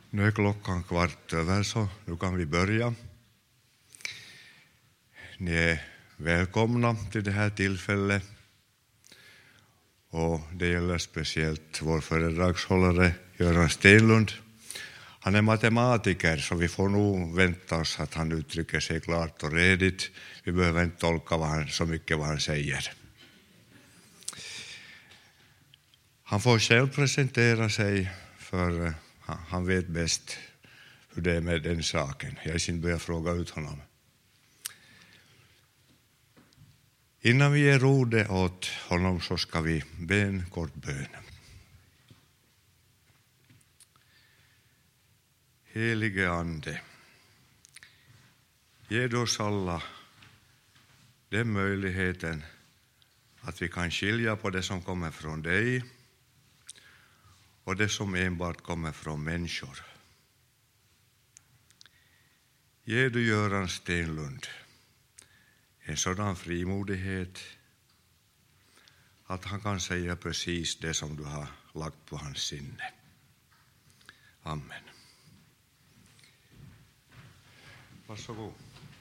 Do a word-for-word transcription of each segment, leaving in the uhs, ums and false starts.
Nu är klockan kvart över, så nu kan vi börja. Ni är välkomna till det här tillfället. Och det gäller speciellt vår föredragshållare Göran Stenlund. Han är matematiker, så vi får nog vänta oss att han uttrycker sig klart och redigt. Vi behöver inte tolka vad han, så mycket vad han säger. Han får själv presentera sig, för han vet bäst hur det är med den saken. Jag ska inte börja fråga ut honom. Innan vi ger ordet åt honom så ska vi be en kort bön. Helige Ande, ge oss alla den möjligheten att vi kan skilja på det som kommer från dig och det som enbart kommer från människor. Ge du Göran Stenlund en sådan frimodighet att han kan säga precis det som du har lagt på hans sinne. Amen. Varsågod.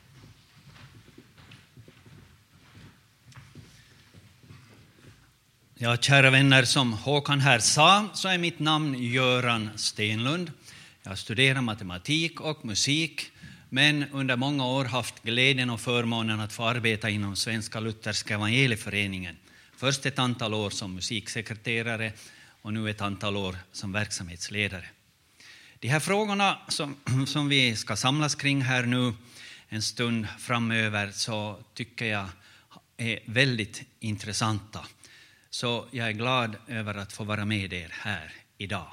Ja, kära vänner, som Håkan här sa så är mitt namn Göran Stenlund. Jag studerar matematik och musik, men under många år haft glädjen och förmånen att få arbeta inom Svenska Lutherska Evangelieföreningen. Först ett antal år som musiksekreterare och nu ett antal år som verksamhetsledare. De här frågorna som, som vi ska samlas kring här nu en stund framöver, så tycker jag är väldigt intressanta. Så jag är glad över att få vara med er här idag.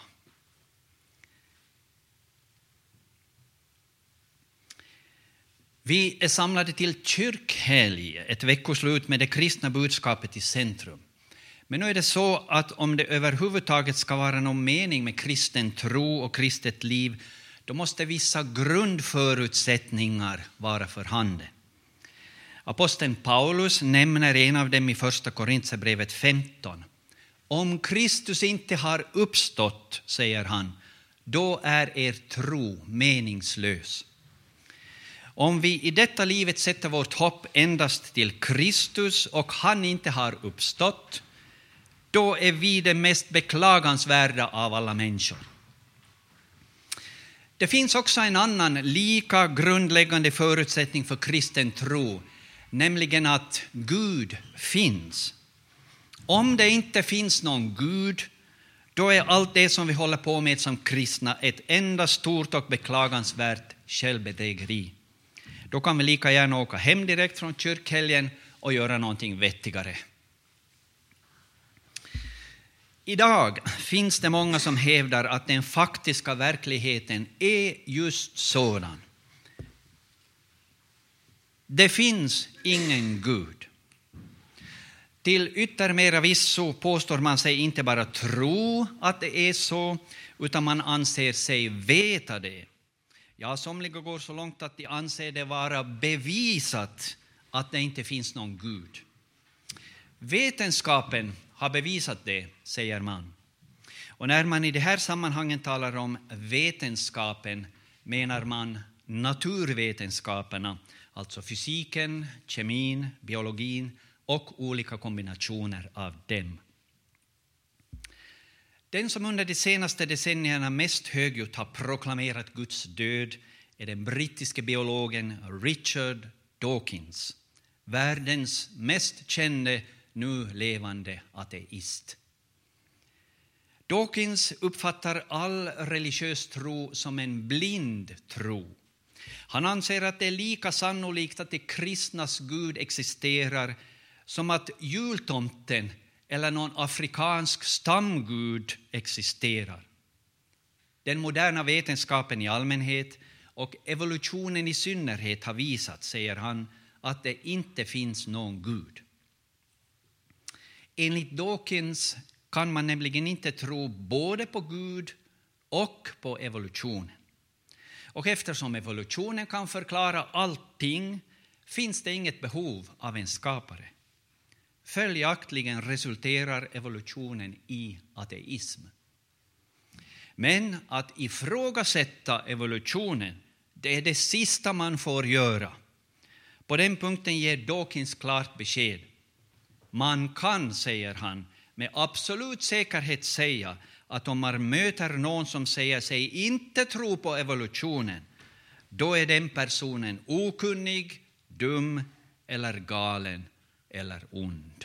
Vi är samlade till kyrkhelg, ett veckoslut med det kristna budskapet i centrum. Men nu är det så att om det överhuvudtaget ska vara någon mening med kristen tro och kristet liv, då måste vissa grundförutsättningar vara för handen. Aposteln Paulus nämner en av dem i första Korintierbrevet femton. Om Kristus inte har uppstått, säger han, då är er tro meningslös. Om vi i detta livet sätter vårt hopp endast till Kristus och han inte har uppstått, då är vi det mest beklagansvärda av alla människor. Det finns också en annan lika grundläggande förutsättning för kristen tro, nämligen att Gud finns. Om det inte finns någon Gud, då är allt det som vi håller på med som kristna ett enda stort och beklagansvärt självbedrägeri. Då kan vi lika gärna åka hem direkt från kyrkhelgen och göra någonting vettigare. Idag finns det många som hävdar att den faktiska verkligheten är just sådan. Det finns ingen Gud. Till yttermera visso påstår man sig inte bara tro att det är så, utan man anser sig veta det. Ja, somliga går så långt att de anser det vara bevisat att det inte finns någon Gud. Vetenskapen har bevisat det, säger man. Och när man i det här sammanhanget talar om vetenskapen menar man naturvetenskaperna, alltså fysiken, kemin, biologin och olika kombinationer av dem. Den som under de senaste decennierna mest högljutt har proklamerat Guds död är den brittiske biologen Richard Dawkins, världens mest kände nu levande ateist. Dawkins uppfattar all religiös tro som en blind tro. Han anser att det är lika sannolikt att det kristnas Gud existerar som att jultomten eller någon afrikansk stamgud existerar. Den moderna vetenskapen i allmänhet och evolutionen i synnerhet har visat, säger han, att det inte finns någon Gud. Enligt Dawkins kan man nämligen inte tro både på Gud och på evolutionen. Och eftersom evolutionen kan förklara allting finns det inget behov av en skapare. Följaktligen resulterar evolutionen i ateism. Men att ifrågasätta evolutionen, det är det sista man får göra. På den punkten ger Dawkins klart besked. Man kan, säger han, med absolut säkerhet säga att om man möter någon som säger sig inte tro på evolutionen, då är den personen okunnig, dum eller galen eller ond.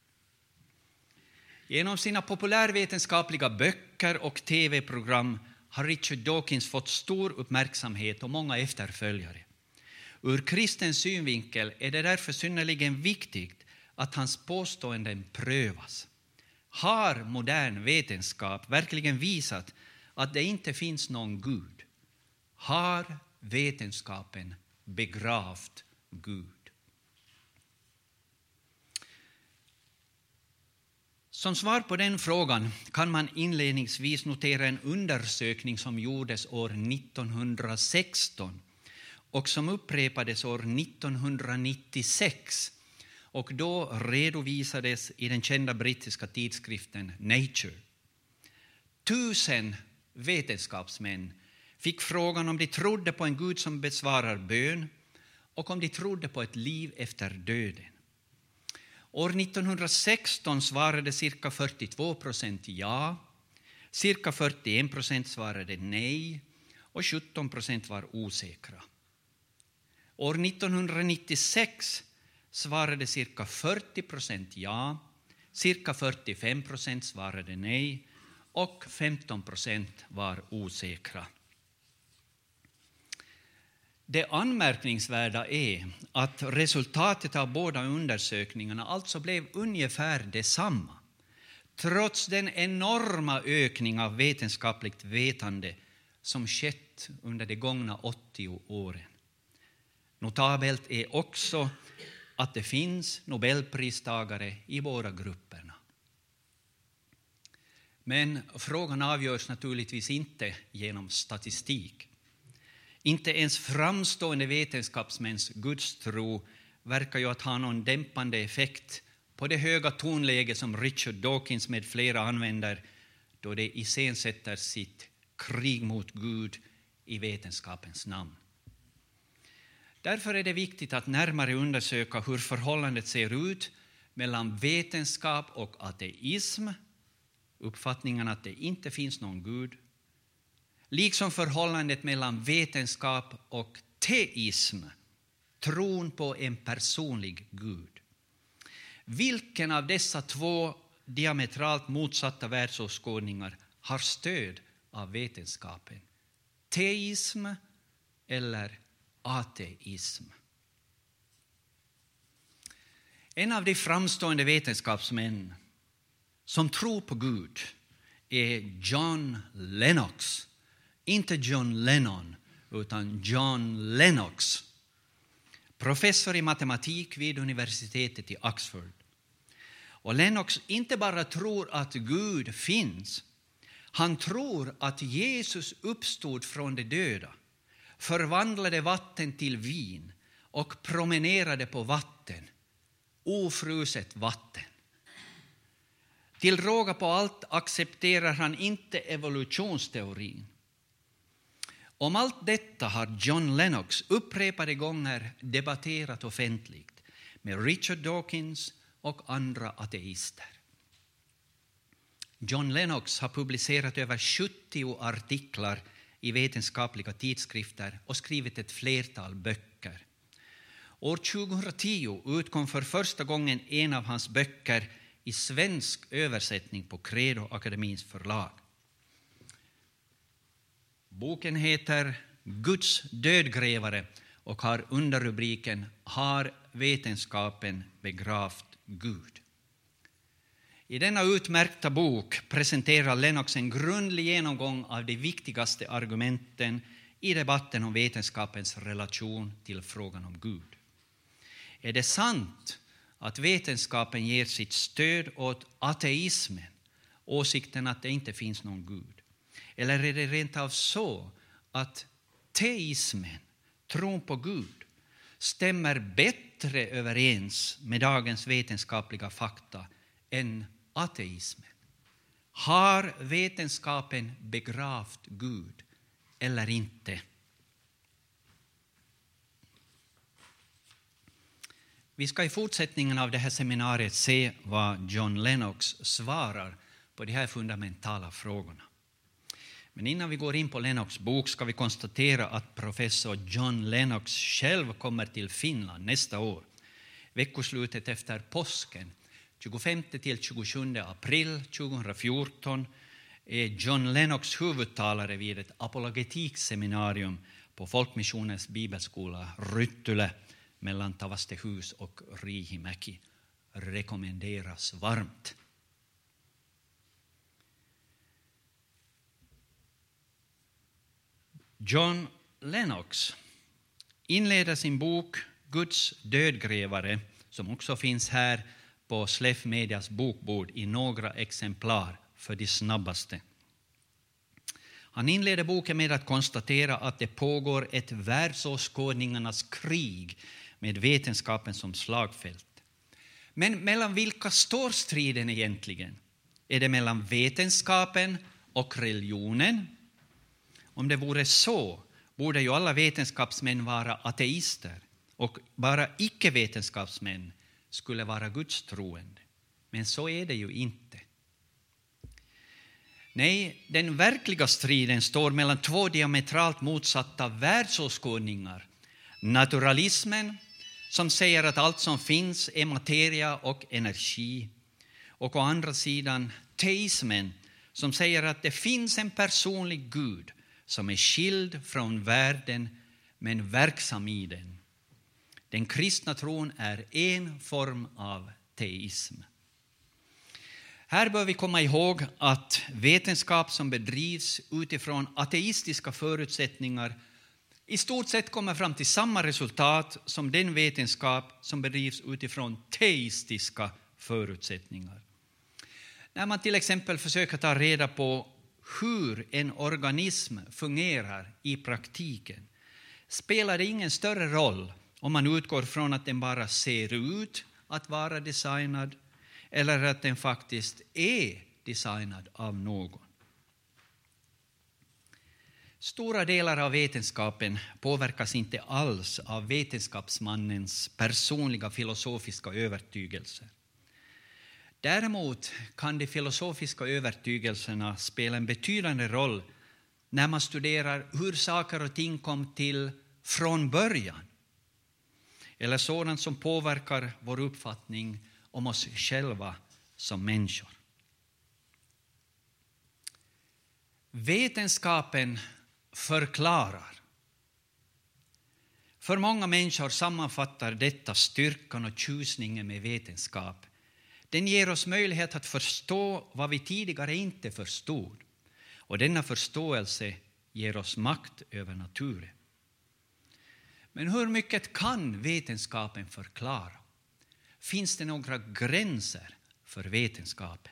Genom sina populärvetenskapliga böcker och tv-program har Richard Dawkins fått stor uppmärksamhet och många efterföljare. Ur kristen synvinkel är det därför synnerligen viktigt att hans påståenden prövas. Har modern vetenskap verkligen visat att det inte finns någon Gud? Har vetenskapen begravt Gud? Som svar på den frågan kan man inledningsvis notera en undersökning som gjordes år nittonhundrasexton och som upprepades år nittonhundranittiosex och då redovisades i den kända brittiska tidskriften Nature. Tusen vetenskapsmän fick frågan om de trodde på en Gud som besvarar bön och om de trodde på ett liv efter döden. År nittonhundrasexton svarade cirka fyrtiotvå procent ja, cirka fyrtioen procent svarade nej och sjutton procent var osäkra. År nittonhundranittiosex svarade cirka fyrtio procent ja, cirka fyrtiofem procent svarade nej och femton procent var osäkra. Det anmärkningsvärda är att resultatet av båda undersökningarna alltså blev ungefär detsamma, trots den enorma ökning av vetenskapligt vetande som skett under de gångna åttio åren. Notabelt är också att det finns Nobelpristagare i båda grupperna. Men frågan avgörs naturligtvis inte genom statistik. Inte ens framstående vetenskapsmäns gudstro verkar ju att ha någon dämpande effekt på det höga tonläge som Richard Dawkins med flera använder då de iscensätter sitt krig mot Gud i vetenskapens namn. Därför är det viktigt att närmare undersöka hur förhållandet ser ut mellan vetenskap och ateism, uppfattningen att det inte finns någon Gud, liksom förhållandet mellan vetenskap och teism, tron på en personlig Gud. Vilken av dessa två diametralt motsatta världsåskådningar har stöd av vetenskapen? Teism eller ateism? En av de framstående vetenskapsmän som tror på Gud är John Lennox. Inte John Lennon, utan John Lennox. Professor i matematik vid universitetet i Oxford. Och Lennox inte bara tror att Gud finns. Han tror att Jesus uppstod från de döda, förvandlade vatten till vin och promenerade på vatten, ofruset vatten. Till råga på allt accepterar han inte evolutionsteorin. Om allt detta har John Lennox upprepade gånger debatterat offentligt med Richard Dawkins och andra ateister. John Lennox har publicerat över sjuttio artiklar i vetenskapliga tidskrifter och skrivit ett flertal böcker. År tjugohundratio utkom för första gången en av hans böcker i svensk översättning på Credo Akademins förlag. Boken heter Guds dödgrävare och har underrubriken Har vetenskapen begravt Gud? I denna utmärkta bok presenterar Lennox en grundlig genomgång av de viktigaste argumenten i debatten om vetenskapens relation till frågan om Gud. Är det sant att vetenskapen ger sitt stöd åt ateismen, åsikten att det inte finns någon Gud? Eller är det rent av så att teismen, tron på Gud, stämmer bättre överens med dagens vetenskapliga fakta än ateismen? Har vetenskapen begravt Gud eller inte? Vi ska i fortsättningen av det här seminariet se vad John Lennox svarar på de här fundamentala frågorna. Men innan vi går in på Lennox bok ska vi konstatera att professor John Lennox själv kommer till Finland nästa år. Veckoslutet efter påsken, tjugofemte till tjugosjunde april tjugohundrafjorton, är John Lennox huvudtalare vid ett apologetikseminarium på Folkmissionens bibelskola Ryttyle mellan Tavastehus och Riihimäki. Rekommenderas varmt. John Lennox inleder sin bok Guds dödgrävare, som också finns här på Släff Medias bokbord i några exemplar för de snabbaste. Han inleder boken med att konstatera att det pågår ett världsåskådningarnas krig med vetenskapen som slagfält. Men mellan vilka står striden egentligen? Är det mellan vetenskapen och religionen? Om det vore så borde ju alla vetenskapsmän vara ateister och bara icke-vetenskapsmän skulle vara gudstroende. Men så är det ju inte. Nej, den verkliga striden står mellan två diametralt motsatta världsåskådningar. Naturalismen, som säger att allt som finns är materia och energi. Och å andra sidan teismen, som säger att det finns en personlig Gud som är skild från världen men verksam i den. Den kristna tron är en form av teism. Här bör vi komma ihåg att vetenskap som bedrivs utifrån ateistiska förutsättningar i stort sett kommer fram till samma resultat som den vetenskap som bedrivs utifrån teistiska förutsättningar. När man till exempel försöker ta reda på hur en organism fungerar i praktiken spelar det ingen större roll om man utgår från att den bara ser ut att vara designad eller att den faktiskt är designad av någon. Stora delar av vetenskapen påverkas inte alls av vetenskapsmannens personliga filosofiska övertygelser. Däremot kan de filosofiska övertygelserna spela en betydande roll när man studerar hur saker och ting kom till från början, eller sådant som påverkar vår uppfattning om oss själva som människor. Vetenskapen förklarar. För många människor sammanfattar detta styrkan och tjusningen med vetenskap. Den ger oss möjlighet att förstå vad vi tidigare inte förstod. Och denna förståelse ger oss makt över naturen. Men hur mycket kan vetenskapen förklara? Finns det några gränser för vetenskapen?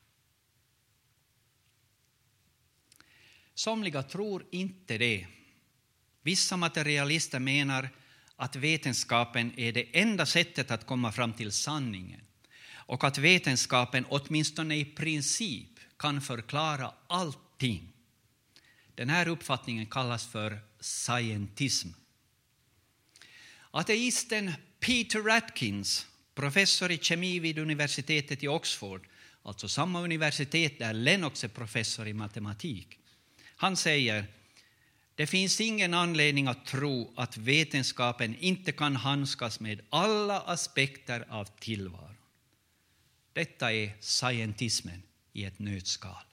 Somliga tror inte det. Vissa materialister menar att vetenskapen är det enda sättet att komma fram till sanningen. Och att vetenskapen åtminstone i princip kan förklara allting. Den här uppfattningen kallas för scientism. Ateisten Peter Atkins, professor i kemi vid universitetet i Oxford, alltså samma universitet där Lennox är professor i matematik. Han säger: det finns ingen anledning att tro att vetenskapen inte kan handskas med alla aspekter av tillvaron. Detta är scientismen i ett nötskal.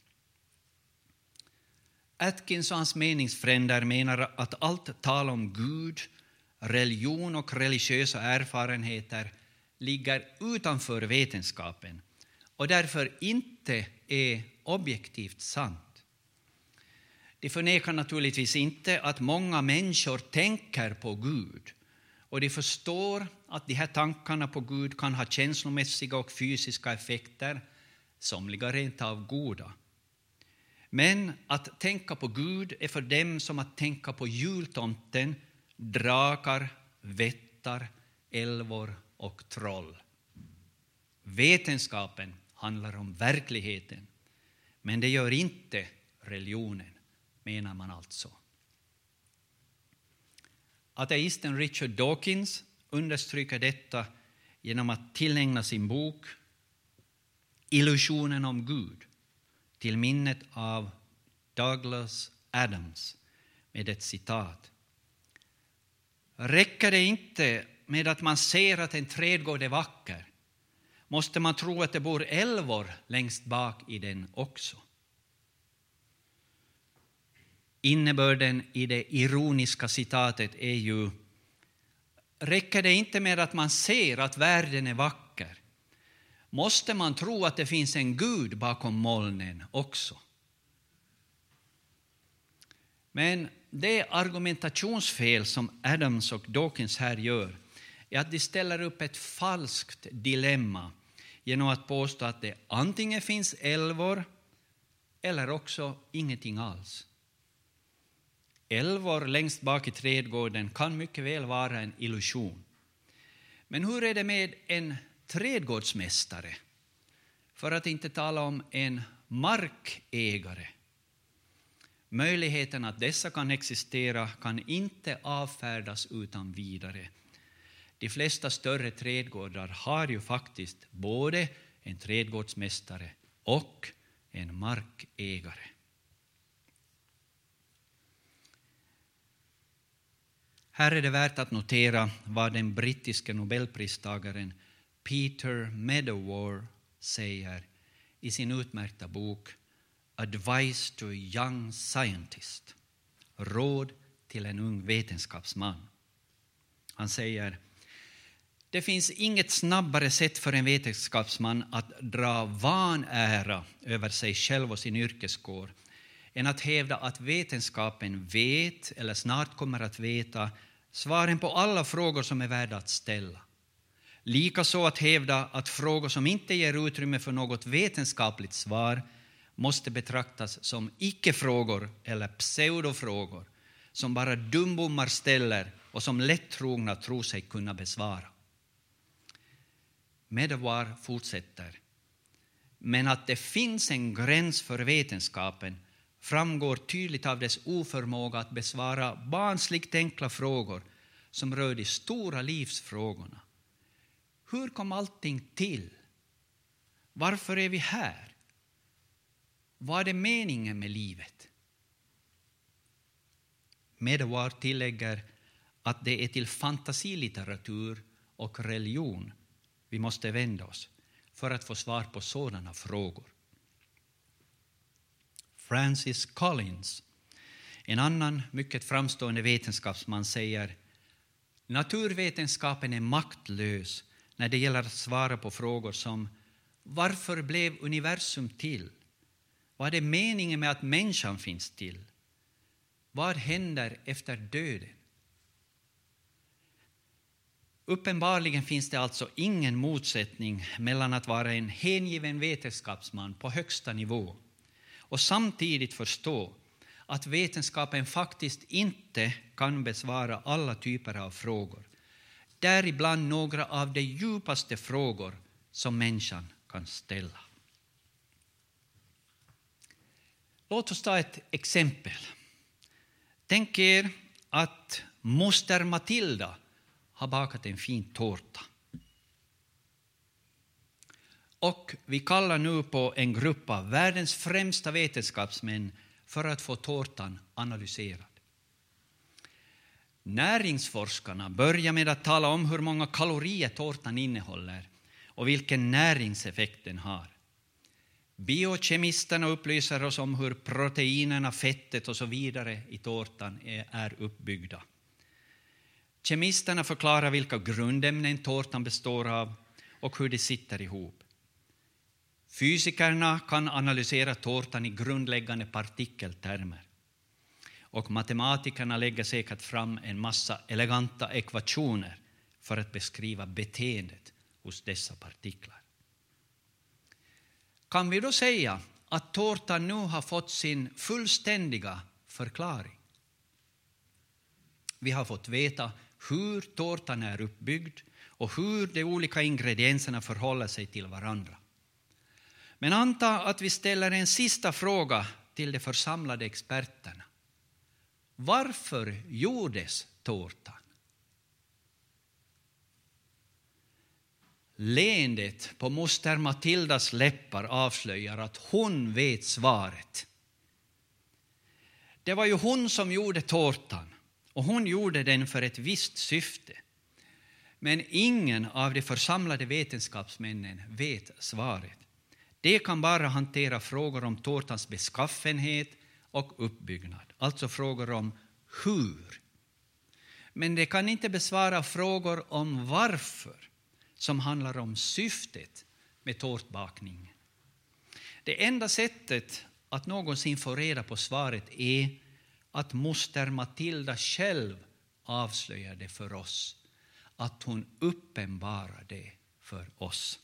Atkins och hans meningsfränder menar att allt tal om Gud, religion och religiösa erfarenheter ligger utanför vetenskapen och därför inte är objektivt sant. De förnekar naturligtvis inte att många människor tänker på Gud, och de förstår att de här tankarna på Gud kan ha känslomässiga och fysiska effekter, somliga rent av goda. Men att tänka på Gud är för dem som att tänka på jultomten, drakar, vättar, älvor och troll. Vetenskapen handlar om verkligheten. Men det gör inte religionen, menar man alltså. Ateisten Richard Dawkins understryker detta genom att tillägna sin bok Illusionen om Gud till minnet av Douglas Adams med ett citat. Räcker det inte med att man ser att en trädgård är vacker, måste man tro att det bor älvor längst bak i den också. Innebörden i det ironiska citatet är ju: räcker det inte med att man ser att världen är vacker, måste man tro att det finns en Gud bakom molnen också. Men det argumentationsfel som Adams och Dawkins här gör är att de ställer upp ett falskt dilemma genom att påstå att det antingen finns älvor eller också ingenting alls. Älvor längst bak i trädgården kan mycket väl vara en illusion. Men hur är det med en trädgårdsmästare? För att inte tala om en markägare. Möjligheten att dessa kan existera kan inte avfärdas utan vidare. De flesta större trädgårdar har ju faktiskt både en trädgårdsmästare och en markägare. Här är det värt att notera vad den brittiske nobelpristagaren Peter Medawar säger i sin utmärkta bok Advice to a young scientist, råd till en ung vetenskapsman. Han säger: det finns inget snabbare sätt för en vetenskapsman att dra vanära över sig själv och sin yrkeskår än att hävda att vetenskapen vet eller snart kommer att veta svaren på alla frågor som är värda att ställa. Likaså att hävda att frågor som inte ger utrymme för något vetenskapligt svar måste betraktas som icke-frågor eller pseudofrågor som bara dumbommar ställer och som lättrogna tror sig kunna besvara. Medawar fortsätter: men att det finns en gräns för vetenskapen framgår tydligt av dess oförmåga att besvara barnsligt enkla frågor som rör de stora livsfrågorna. Hur kom allting till? Varför är vi här? Vad är meningen med livet? Medawar tillägger att det är till fantasilitteratur och religion vi måste vända oss för att få svar på sådana frågor. Francis Collins, en annan mycket framstående vetenskapsman, säger: naturvetenskapen är maktlös när det gäller att svara på frågor som: varför blev universum till? Vad är meningen med att människan finns till? Vad händer efter döden? Uppenbarligen finns det alltså ingen motsättning mellan att vara en hängiven vetenskapsman på högsta nivå och samtidigt förstå att vetenskapen faktiskt inte kan besvara alla typer av frågor. Däribland några av de djupaste frågor som människan kan ställa. Låt oss ta ett exempel. Tänk er att moster Matilda har bakat en fin tårta. Och vi kallar nu på en grupp av världens främsta vetenskapsmän för att få tårtan analyserad. Näringsforskarna börjar med att tala om hur många kalorier tårtan innehåller och vilken näringseffekt den har. Biokemisterna upplyser oss om hur proteinerna, fettet och så vidare i tårtan är uppbyggda. Kemisterna förklarar vilka grundämnen tårtan består av och hur de sitter ihop. Fysikerna kan analysera tårtan i grundläggande partikeltermer. Och matematikerna lägger säkert fram en massa eleganta ekvationer för att beskriva beteendet hos dessa partiklar. Kan vi då säga att tårtan nu har fått sin fullständiga förklaring? Vi har fått veta hur tårtan är uppbyggd och hur de olika ingredienserna förhåller sig till varandra. Men anta att vi ställer en sista fråga till de församlade experterna. Varför gjordes tårtan? Leendet på moster Matildas läppar avslöjar att hon vet svaret. Det var ju hon som gjorde tårtan, och hon gjorde den för ett visst syfte. Men ingen av de församlade vetenskapsmännen vet svaret. De kan bara hantera frågor om tårtans beskaffenhet och uppbyggnad, alltså frågor om hur. Men de kan inte besvara frågor om varför, som handlar om syftet med tårtbakningen. Det enda sättet att någonsin få reda på svaret är att moster Matilda själv avslöjar det för oss, att hon uppenbarar det för oss.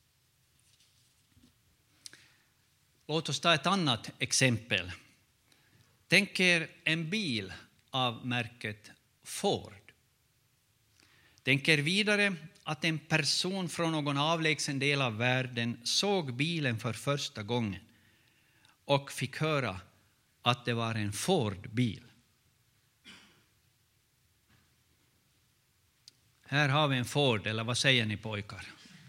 Låt oss ta ett annat exempel. Tänk er en bil av märket Ford. Tänk er vidare att en person från någon avlägsen del av världen såg bilen för första gången och fick höra att det var en Ford-bil. Här har vi en Ford, eller vad säger ni pojkar?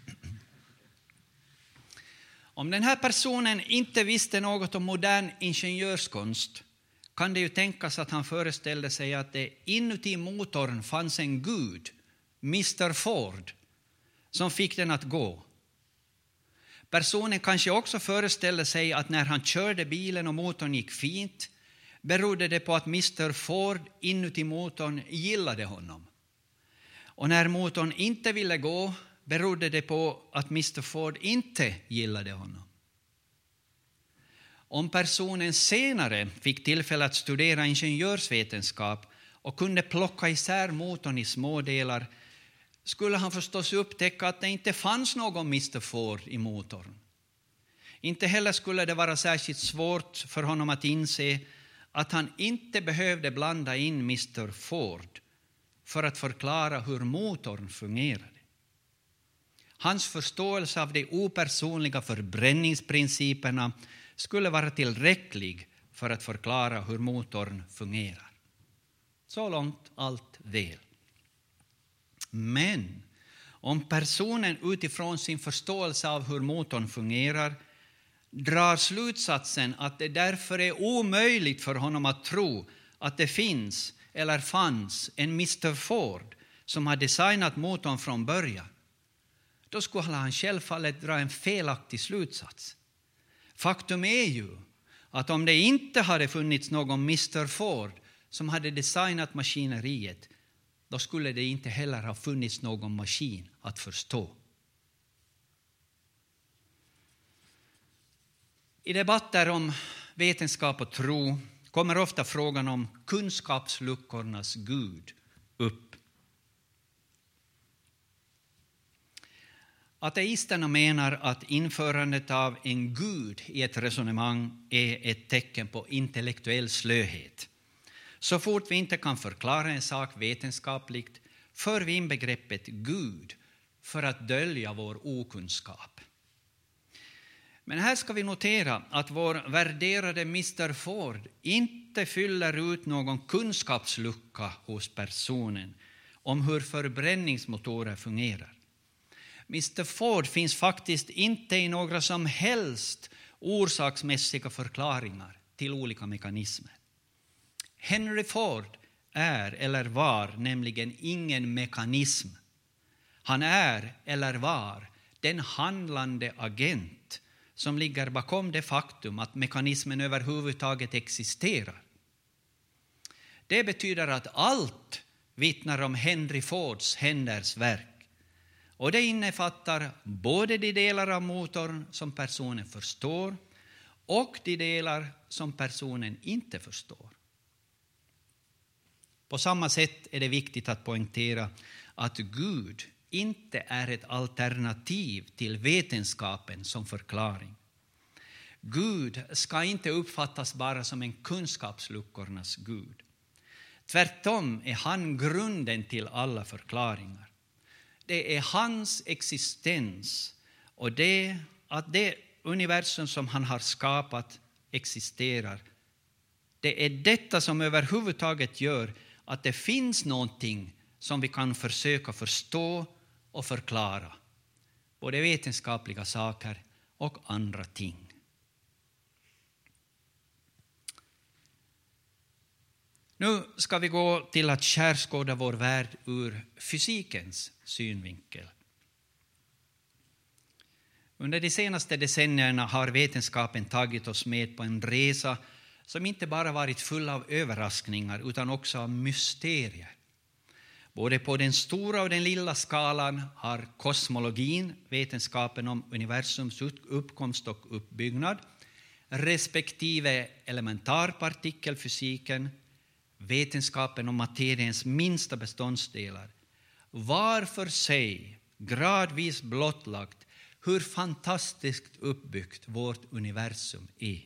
Om den här personen inte visste något om modern ingenjörskonst kan det ju tänkas att han föreställde sig att det inuti motorn fanns en gud, mister Ford, som fick den att gå. Personen kanske också föreställde sig att när han körde bilen och motorn gick fint berodde det på att mister Ford inuti motorn gillade honom. Och när motorn inte ville gå berodde det på att mister Ford inte gillade honom. Om personen senare fick tillfälle att studera ingenjörsvetenskap och kunde plocka isär motorn i små delar skulle han förstås upptäcka att det inte fanns någon mister Ford i motorn. Inte heller skulle det vara särskilt svårt för honom att inse att han inte behövde blanda in mister Ford för att förklara hur motorn fungerade. Hans förståelse av de opersonliga förbränningsprinciperna skulle vara tillräcklig för att förklara hur motorn fungerar. Så långt allt väl. Men om personen utifrån sin förståelse av hur motorn fungerar drar slutsatsen att det därför är omöjligt för honom att tro att det finns eller fanns en mister Ford som har designat motorn från början, då skulle han självfallet dra en felaktig slutsats. Faktum är ju att om det inte hade funnits någon mister Ford som hade designat maskineriet, då skulle det inte heller ha funnits någon maskin att förstå. I debatter om vetenskap och tro kommer ofta frågan om kunskapsluckornas Gud upp. Ateisterna menar att införandet av en Gud i ett resonemang är ett tecken på intellektuell slöhet. Så fort vi inte kan förklara en sak vetenskapligt för vi in begreppet Gud för att dölja vår okunskap. Men här ska vi notera att vår värderade mister Ford inte fyller ut någon kunskapslucka hos personen om hur förbränningsmotorer fungerar. mister Ford finns faktiskt inte i några som helst orsaksmässiga förklaringar till olika mekanismer. Henry Ford är eller var nämligen ingen mekanism. Han är eller var den handlande agent som ligger bakom det faktum att mekanismen överhuvudtaget existerar. Det betyder att allt vittnar om Henry Fords händers verk. Och det innefattar både de delar av motorn som personen förstår och de delar som personen inte förstår. På samma sätt är det viktigt att poängtera att Gud inte är ett alternativ till vetenskapen som förklaring. Gud ska inte uppfattas bara som en kunskapsluckornas Gud. Tvärtom är han grunden till alla förklaringar. Det är hans existens och det, att det universum som han har skapat existerar. Det är detta som överhuvudtaget gör att det finns någonting som vi kan försöka förstå och förklara. Både vetenskapliga saker och andra ting. Nu ska vi gå till att skärskåda vår värld ur fysikens synvinkel. Under de senaste decennierna har vetenskapen tagit oss med på en resa som inte bara varit full av överraskningar utan också av mysterier. Både på den stora och den lilla skalan har kosmologin, vetenskapen om universums uppkomst och uppbyggnad, respektive elementarpartikelfysiken, vetenskapen om materiens minsta beståndsdelar, var för sig gradvis blottlagt hur fantastiskt uppbyggt vårt universum är.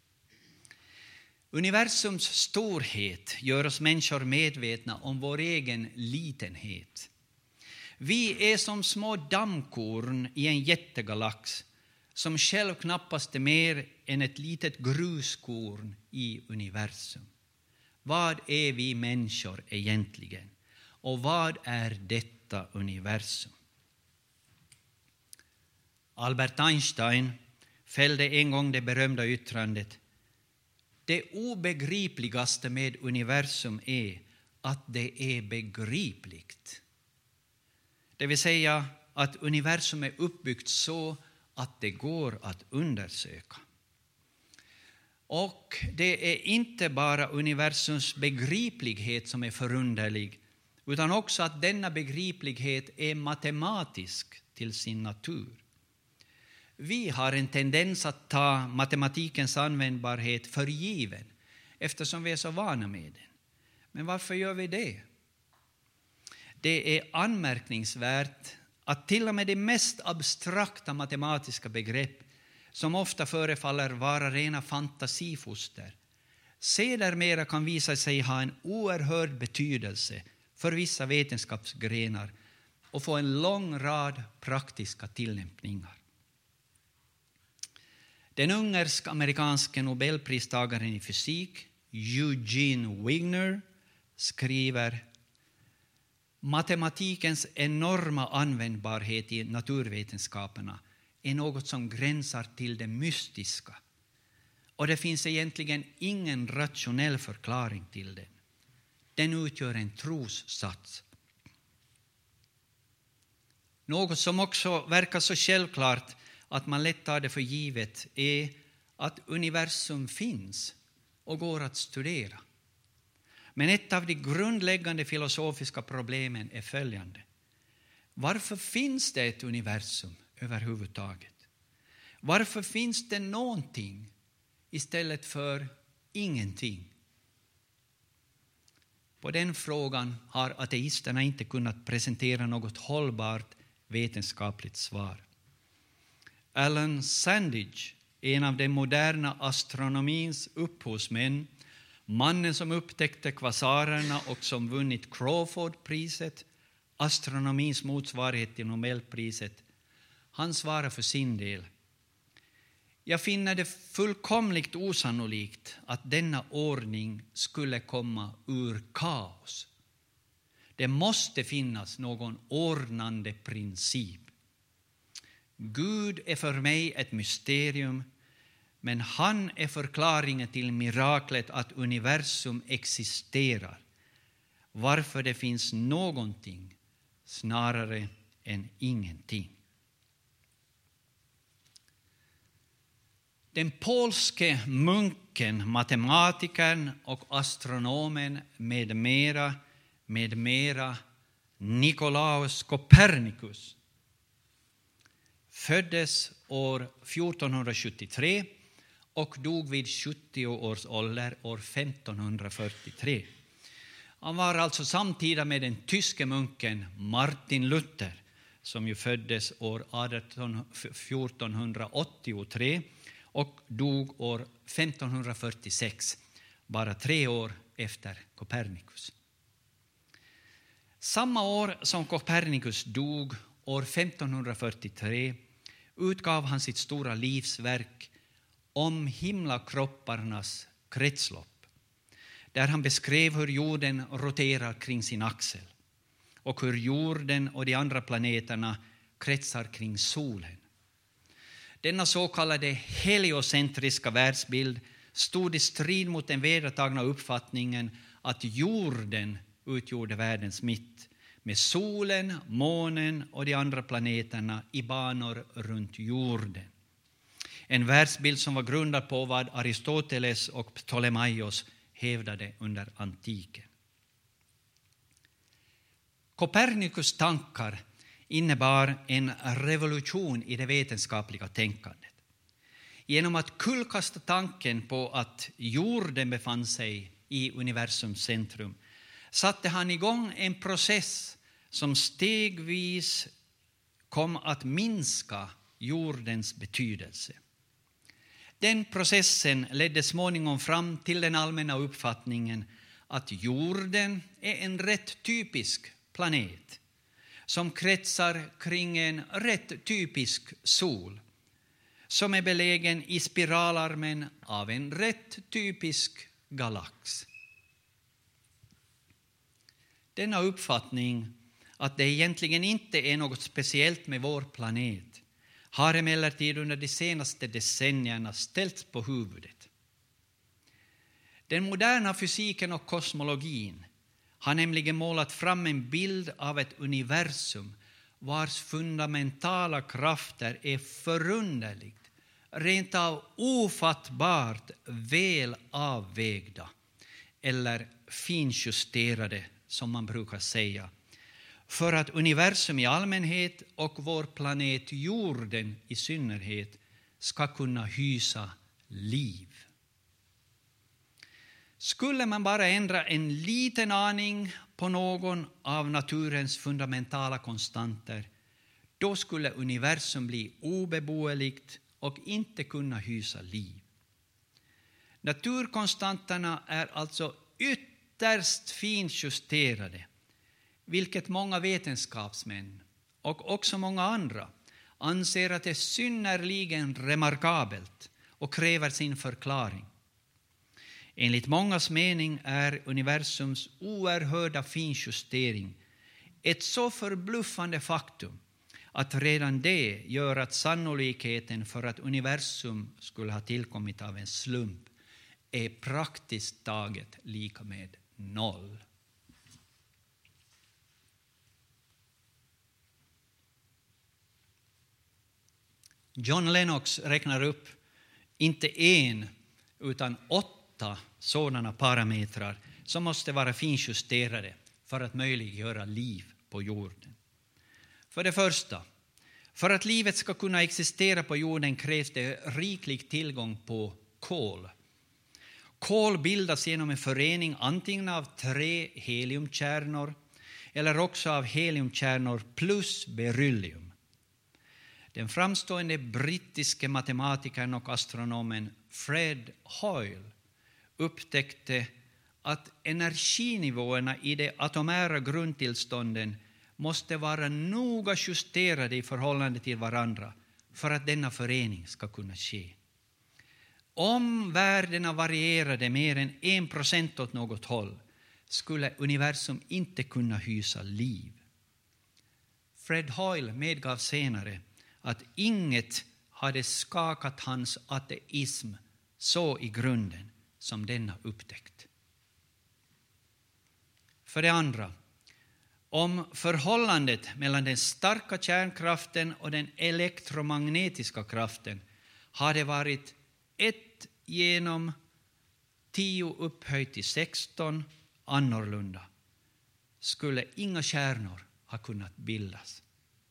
Universums storhet gör oss människor medvetna om vår egen litenhet. Vi är som små dammkorn i en jättegalax som själv knappast är mer än ett litet gruskorn i universum. Vad är vi människor egentligen? Och vad är detta universum? Albert Einstein fällde en gång det berömda yttrandet: det obegripligaste med universum är att det är begripligt. Det vill säga att universum är uppbyggt så att det går att undersöka. Och det är inte bara universums begriplighet som är förunderlig, utan också att denna begriplighet är matematisk till sin natur. Vi har en tendens att ta matematikens användbarhet för given, eftersom vi är så vana med den. Men varför gör vi det? Det är anmärkningsvärt att till och med de mest abstrakta matematiska begrepp, som ofta förefaller vara rena fantasifoster, sedermera kan visa sig ha en oerhörd betydelse för vissa vetenskapsgrenar och få en lång rad praktiska tillämpningar. Den ungersk-amerikanske nobelpristagaren i fysik, Eugene Wigner, skriver: matematikens enorma användbarhet i naturvetenskaperna är något som gränsar till det mystiska. Och det finns egentligen ingen rationell förklaring till den. Den utgör en trossats. Något som också verkar så självklart att man lätt tar det för givet är att universum finns och går att studera. Men ett av de grundläggande filosofiska problemen är följande: varför finns det ett universum överhuvudtaget? Varför finns det någonting istället för ingenting? På den frågan har ateisterna inte kunnat presentera något hållbart vetenskapligt svar. Alan Sandage, en av den moderna astronomins upphovsmän, mannen som upptäckte kvasarerna och som vunnit Crawford-priset, astronomins motsvarighet till Nobelpriset, han svarar för sin del: jag finner det fullkomligt osannolikt att denna ordning skulle komma ur kaos. Det måste finnas någon ordnande princip. Gud är för mig ett mysterium, men han är förklaringen till miraklet att universum existerar, varför det finns någonting snarare än ingenting. Den polske munken, matematikern och astronomen med mera, med mera, Nikolaus Kopernikus föddes år fjortonhundrasjuttiotre och dog vid sjuttio års ålder år femtonhundrafyrtiotre. Han var alltså samtida med den tyske munken Martin Luther, som ju föddes år fjortonhundraåttiotre och dog år femtonhundrafyrtiosex, bara tre år efter Kopernikus. Samma år som Kopernikus dog, år femtonhundrafyrtiotre, utgav han sitt stora livsverk om himlakropparnas kretslopp, där han beskrev hur jorden roterar kring sin axel och hur jorden och de andra planeterna kretsar kring solen. Denna så kallade heliocentriska världsbild stod i strid mot den vedertagna uppfattningen att jorden utgjorde världens mitt, med solen, månen och de andra planeterna i banor runt jorden. En världsbild som var grundad på vad Aristoteles och Ptolemaios hävdade under antiken. Copernicus tankar innebar en revolution i det vetenskapliga tänkandet. Genom att kullkasta tanken på att jorden befann sig i universums centrum satte han igång en process som stegvis kom att minska jordens betydelse. Den processen ledde småningom fram till den allmänna uppfattningen att jorden är en rätt typisk planet som kretsar kring en rätt typisk sol som är belägen i spiralarmen av en rätt typisk galax. Denna uppfattning att det egentligen inte är något speciellt med vår planet har emellertid under de senaste decennierna ställts på huvudet. Den moderna fysiken och kosmologin har nämligen målat fram en bild av ett universum vars fundamentala krafter är förunderligt, rent av ofattbart väl avvägda eller finjusterade, som man brukar säga, för att universum i allmänhet och vår planet jorden i synnerhet ska kunna hysa liv. Skulle man bara ändra en liten aning på någon av naturens fundamentala konstanter, då skulle universum bli obeboeligt och inte kunna hysa liv. Naturkonstanterna är alltså ytterst finjusterade, vilket många vetenskapsmän och också många andra anser att det är synnerligen remarkabelt och kräver sin förklaring. Enligt mångas mening är universums oerhörda finjustering ett så förbluffande faktum att redan det gör att sannolikheten för att universum skulle ha tillkommit av en slump är praktiskt taget lika med noll. John Lennox räknar upp inte en utan åtta sådana parametrar som måste vara finjusterade för att möjliggöra liv på jorden. För det första, för att livet ska kunna existera på jorden krävs det riklig tillgång på kol. Kol bildas genom en förening antingen av tre heliumkärnor eller också av heliumkärnor plus beryllium. Den framstående brittiske matematikern och astronomen Fred Hoyle upptäckte att energinivåerna i de atomära grundtillstånden måste vara noga justerade i förhållande till varandra för att denna förening ska kunna ske. Om värdena varierade mer än en procent åt något håll skulle universum inte kunna hysa liv. Fred Hoyle medgav senare att inget hade skakat hans ateism så i grunden som denna upptäckt. För det andra, om förhållandet mellan den starka kärnkraften och den elektromagnetiska kraften hade varit ett genom tio upphöjt till sexton annorlunda, skulle inga kärnor ha kunnat bildas.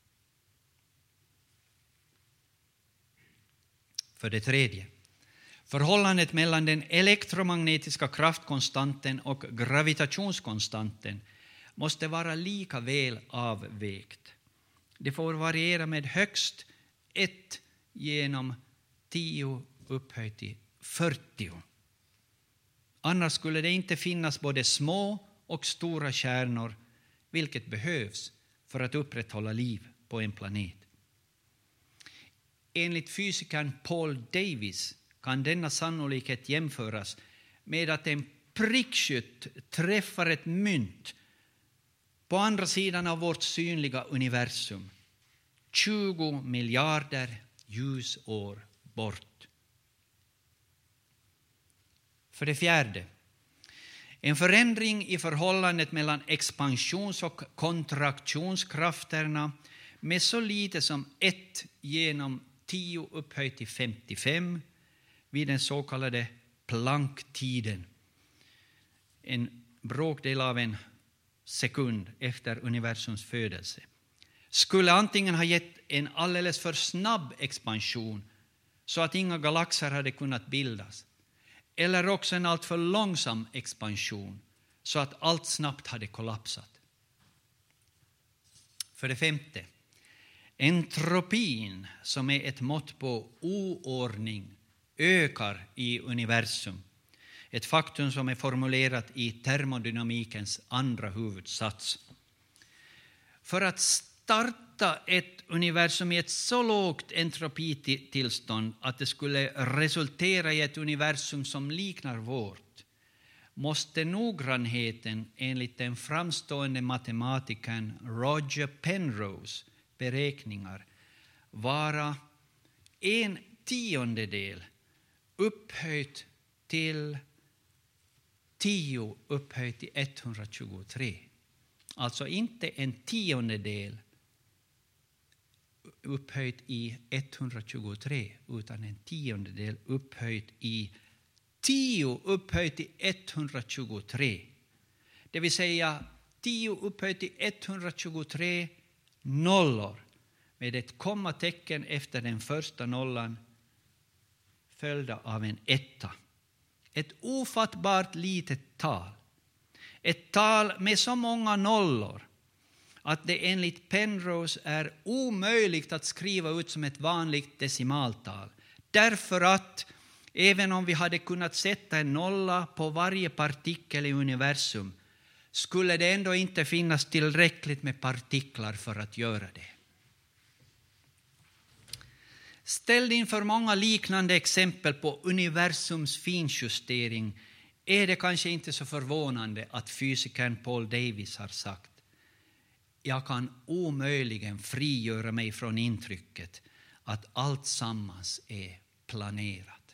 För det tredje, förhållandet mellan den elektromagnetiska kraftkonstanten och gravitationskonstanten måste vara lika väl avvägt. Det får variera med högst ett genom tio upphöjt till fyrtio. Annars skulle det inte finnas både små och stora kärnor, vilket behövs för att upprätthålla liv på en planet. Enligt fysikern Paul Davies kan denna sannolikhet jämföras med att en prickskytt träffar ett mynt på andra sidan av vårt synliga universum, tjugo miljarder ljusår bort. För det fjärde, en förändring i förhållandet mellan expansions- och kontraktionskrafterna med så lite som ett genom tio upphöjt till femtiofem vid den så kallade Planck-tiden, en bråkdel av en sekund efter universums födelse, skulle antingen ha gett en alldeles för snabb expansion så att inga galaxer hade kunnat bildas, eller också en allt för långsam expansion så att allt snabbt hade kollapsat. För det femte, entropin, som är ett mått på oordning, ökar i universum. Ett faktum som är formulerat i termodynamikens andra huvudsats. För att starta ett universum i ett så lågt entropitillstånd att det skulle resultera i ett universum som liknar vårt, måste noggrannheten enligt den framstående matematikern Roger Penrose beräkningar vara en tiondedel upphöjt till tio upphöjt till etthundratjugotre. Alltså inte en tiondedel upphöjt i etthundratjugotre, utan en tiondedel upphöjt i tio upphöjt till etthundratjugotre. Det vill säga tio upphöjt till etthundratjugotre nollor med ett kommatecken efter den första nollan följda av en etta. Ett ofattbart litet tal. Ett tal med så många nollor att det enligt Penrose är omöjligt att skriva ut som ett vanligt decimaltal. Därför att även om vi hade kunnat sätta en nolla på varje partikel i universum skulle det ändå inte finnas tillräckligt med partiklar för att göra det. Ställd inför många liknande exempel på universums finjustering är det kanske inte så förvånande att fysikern Paul Davies har sagt: jag kan omöjligen frigöra mig från intrycket att allt sammans är planerat.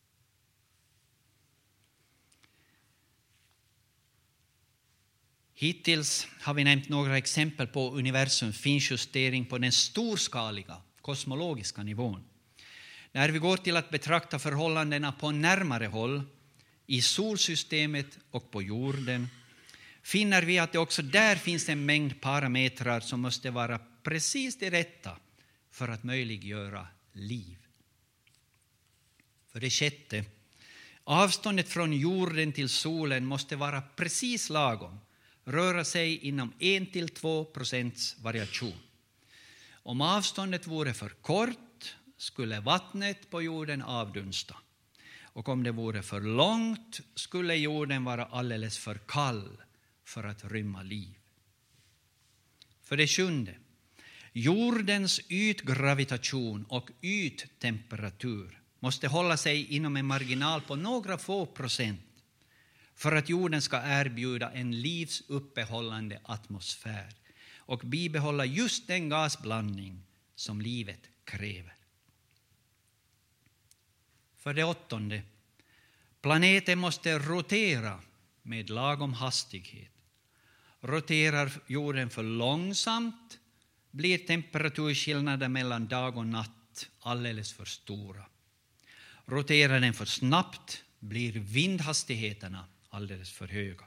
Hittills har vi nämnt några exempel på universums finjustering på den storskaliga kosmologiska nivån. När vi går till att betrakta förhållandena på närmare håll i solsystemet och på jorden finner vi att det också där finns en mängd parametrar som måste vara precis det rätta för att möjliggöra liv. För det sjätte, avståndet från jorden till solen måste vara precis lagom, röra sig inom en till två procents variation. Om avståndet vore för kort skulle vattnet på jorden avdunsta. Och om det vore för långt skulle jorden vara alldeles för kall för att rymma liv. För det sjunde, jordens ytgravitation och yttemperatur måste hålla sig inom en marginal på några få procent för att jorden ska erbjuda en livsuppehållande atmosfär och bibehålla just den gasblandning som livet kräver. För det åttonde, planeten måste rotera med lagom hastighet. Roterar jorden för långsamt blir temperaturskillnaden mellan dag och natt alldeles för stora. Roterar den för snabbt blir vindhastigheterna alldeles för höga.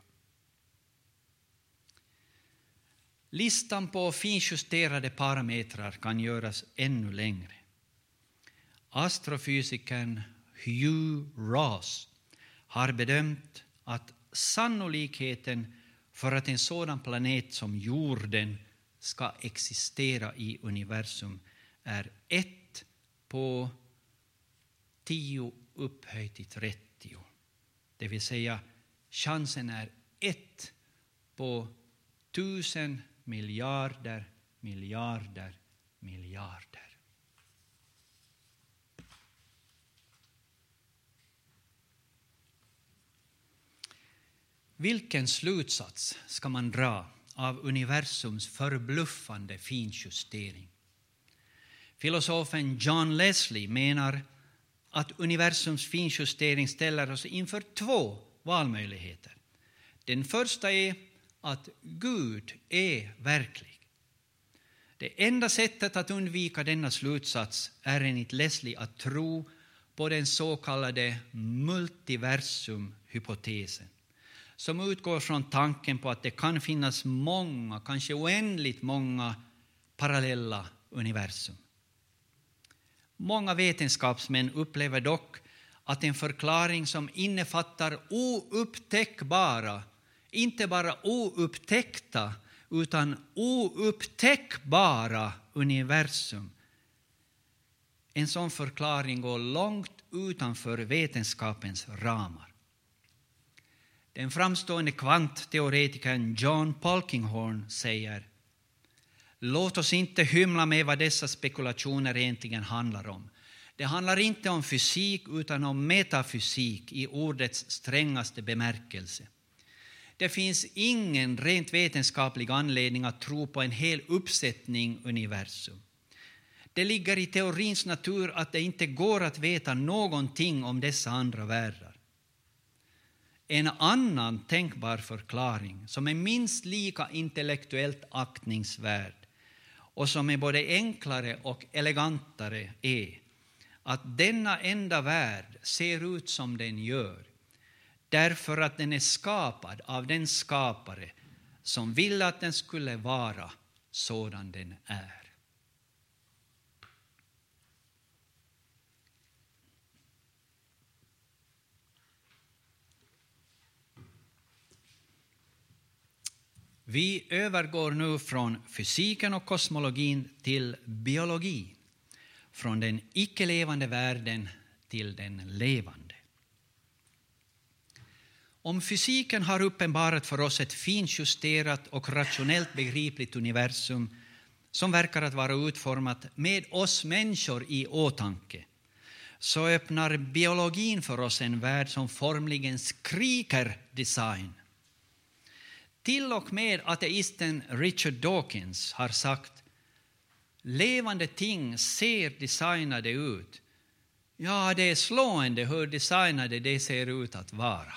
Listan på finjusterade parametrar kan göras ännu längre. Astrofysikern Hugh Ross har bedömt att sannolikheten för att en sådan planet som jorden ska existera i universum är ett på tio upphöjt till trettio. Det vill säga chansen är ett på tusen miljarder, miljarder, miljarder. Vilken slutsats ska man dra av universums förbluffande finjustering? Filosofen John Leslie menar att universums finjustering ställer oss inför två valmöjligheter. Den första är att Gud är verklig. Det enda sättet att undvika denna slutsats är enligt Leslie att tro på den så kallade multiversumhypotesen, som utgår från tanken på att det kan finnas många, kanske oändligt många parallella universum. Många vetenskapsmän upplever dock att en förklaring som innefattar oupptäckbara, inte bara oupptäckta, utan oupptäckbara universum. En sån förklaring går långt utanför vetenskapens ramar. Den framstående kvantteoretikern John Polkinghorne säger: låt oss inte hymla med vad dessa spekulationer egentligen handlar om. Det handlar inte om fysik utan om metafysik i ordets strängaste bemärkelse. Det finns ingen rent vetenskaplig anledning att tro på en hel uppsättning universum. Det ligger i teorins natur att det inte går att veta någonting om dessa andra världar. En annan tänkbar förklaring som är minst lika intellektuellt aktningsvärd och som är både enklare och elegantare är att denna enda värld ser ut som den gör därför att den är skapad av den skapare som ville att den skulle vara sådan den är. Vi övergår nu från fysiken och kosmologin till biologi, från den icke-levande världen till den levande. Om fysiken har uppenbarat för oss ett finjusterat och rationellt begripligt universum som verkar att vara utformat med oss människor i åtanke, så öppnar biologin för oss en värld som formligen skriker design. Till och med ateisten Richard Dawkins har sagt: levande ting ser designade ut. Ja, det är slående hur designade det ser ut att vara.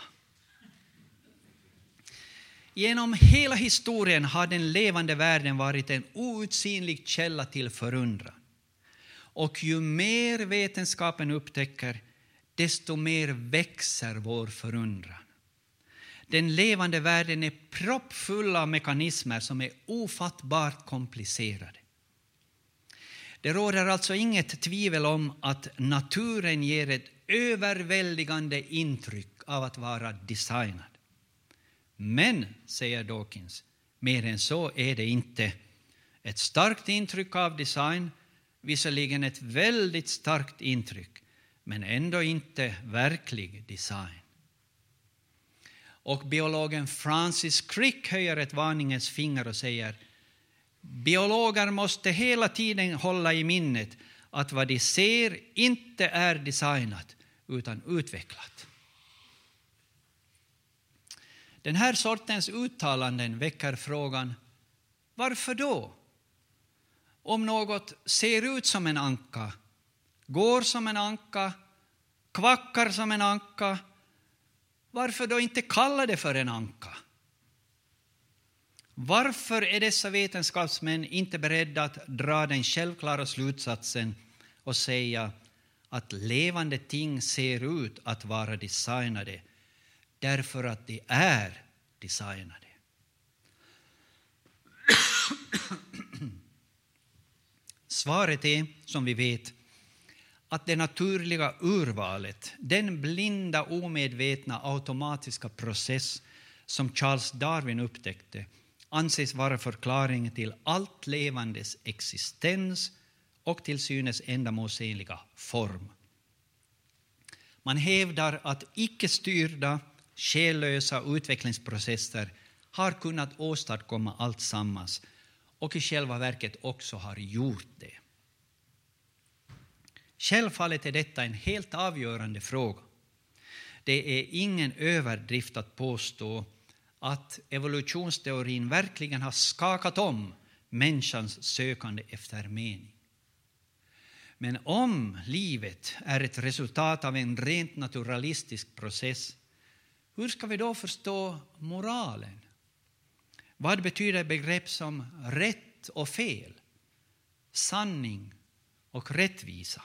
Genom hela historien har den levande världen varit en outsinlig källa till förundran. Och ju mer vetenskapen upptäcker, desto mer växer vår förundran. Den levande världen är proppfull av mekanismer som är ofattbart komplicerade. Det råder alltså inget tvivel om att naturen ger ett överväldigande intryck av att vara designad. Men, säger Dawkins, mer än så är det inte. Ett starkt intryck av design, visserligen ett väldigt starkt intryck, men ändå inte verklig design. Och biologen Francis Crick höjer ett varningens finger och säger: biologer måste hela tiden hålla i minnet att vad de ser inte är designat utan utvecklat. Den här sortens uttalanden väcker frågan: varför då? Om något ser ut som en anka, går som en anka, kvackar som en anka, varför då inte kalla det för en anka? Varför är dessa vetenskapsmän inte beredda att dra den självklara slutsatsen och säga att levande ting ser ut att vara designade därför att de är designade? Svaret är, som vi vet, att det naturliga urvalet, den blinda, omedvetna, automatiska process som Charles Darwin upptäckte, anses vara förklaringen till allt levandes existens och till synes ändamålsenliga form. Man hävdar att icke-styrda, själlösa utvecklingsprocesser har kunnat åstadkomma allt sammans och i själva verket också har gjort det. Självfallet är detta en helt avgörande fråga. Det är ingen överdrift att påstå att evolutionsteorin verkligen har skakat om människans sökande efter mening. Men om livet är ett resultat av en rent naturalistisk process, hur ska vi då förstå moralen? Vad betyder begrepp som rätt och fel, sanning och rättvisa?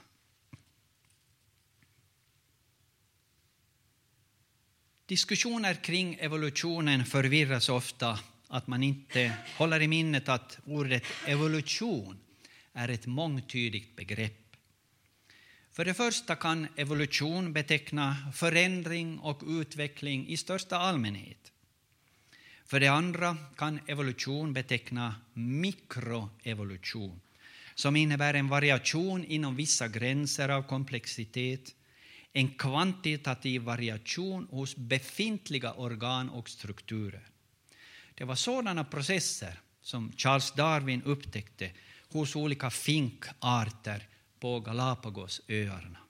Diskussioner kring evolutionen förvirras ofta att man inte håller i minnet att ordet evolution är ett mångtydigt begrepp. För det första kan evolution beteckna förändring och utveckling i största allmänhet. För det andra kan evolution beteckna mikroevolution, som innebär en variation inom vissa gränser av komplexitet, en kvantitativ variation hos befintliga organ och strukturer. Det var sådana processer som Charles Darwin upptäckte hos olika finkarter på Galapagosöarna.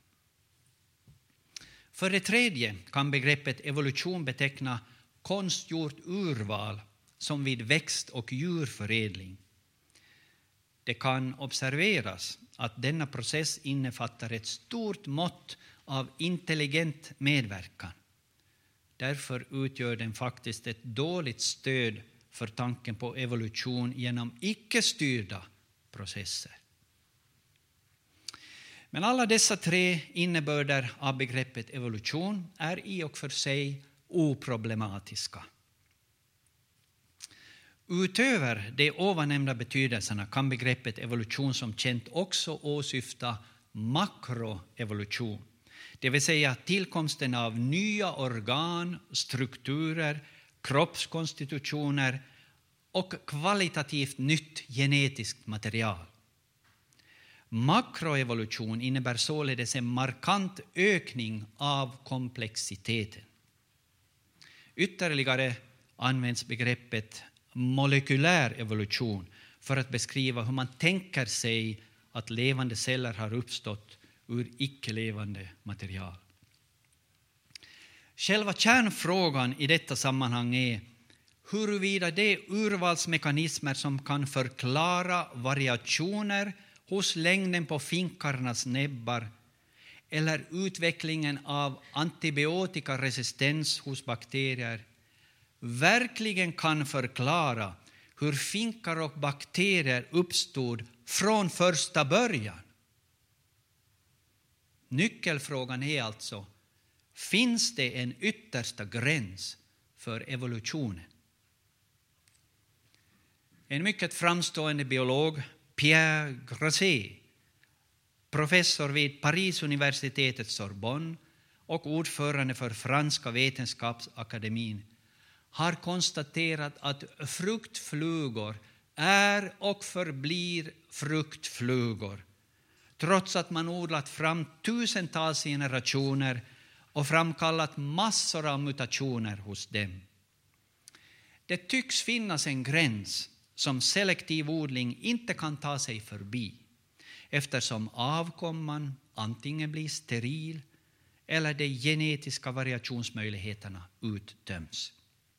För det tredje kan begreppet evolution beteckna konstgjort urval som vid växt- och djurförädling. Det kan observeras att denna process innefattar ett stort mått av intelligent medverkan. Därför utgör den faktiskt ett dåligt stöd för tanken på evolution genom icke-styrda processer. Men alla dessa tre innebörder av begreppet evolution är i och för sig oproblematiska. Utöver de ovannämnda betydelserna kan begreppet evolution som känt också åsyfta makroevolution, det vill säga tillkomsten av nya organ, strukturer, kroppskonstitutioner och kvalitativt nytt genetiskt material. Makroevolution innebär således en markant ökning av komplexiteten. Ytterligare används begreppet molekylär evolution för att beskriva hur man tänker sig att levande celler har uppstått ur icke-levande material. Själva kärnfrågan i detta sammanhang är huruvida de urvalsmekanismer som kan förklara variationer hos längden på finkarnas näbbar eller utvecklingen av antibiotikaresistens hos bakterier verkligen kan förklara hur finkar och bakterier uppstod från första början. Nyckelfrågan är alltså, finns det en yttersta gräns för evolutionen? En mycket framstående biolog, Pierre Grosset, professor vid Paris-universitetet Sorbonne och ordförande för Franska vetenskapsakademin, har konstaterat att fruktflugor är och förblir fruktflugor, trots att man odlat fram tusentals generationer och framkallat massor av mutationer hos dem. Det tycks finnas en gräns som selektiv odling inte kan ta sig förbi, eftersom avkomman antingen blir steril eller de genetiska variationsmöjligheterna uttöms.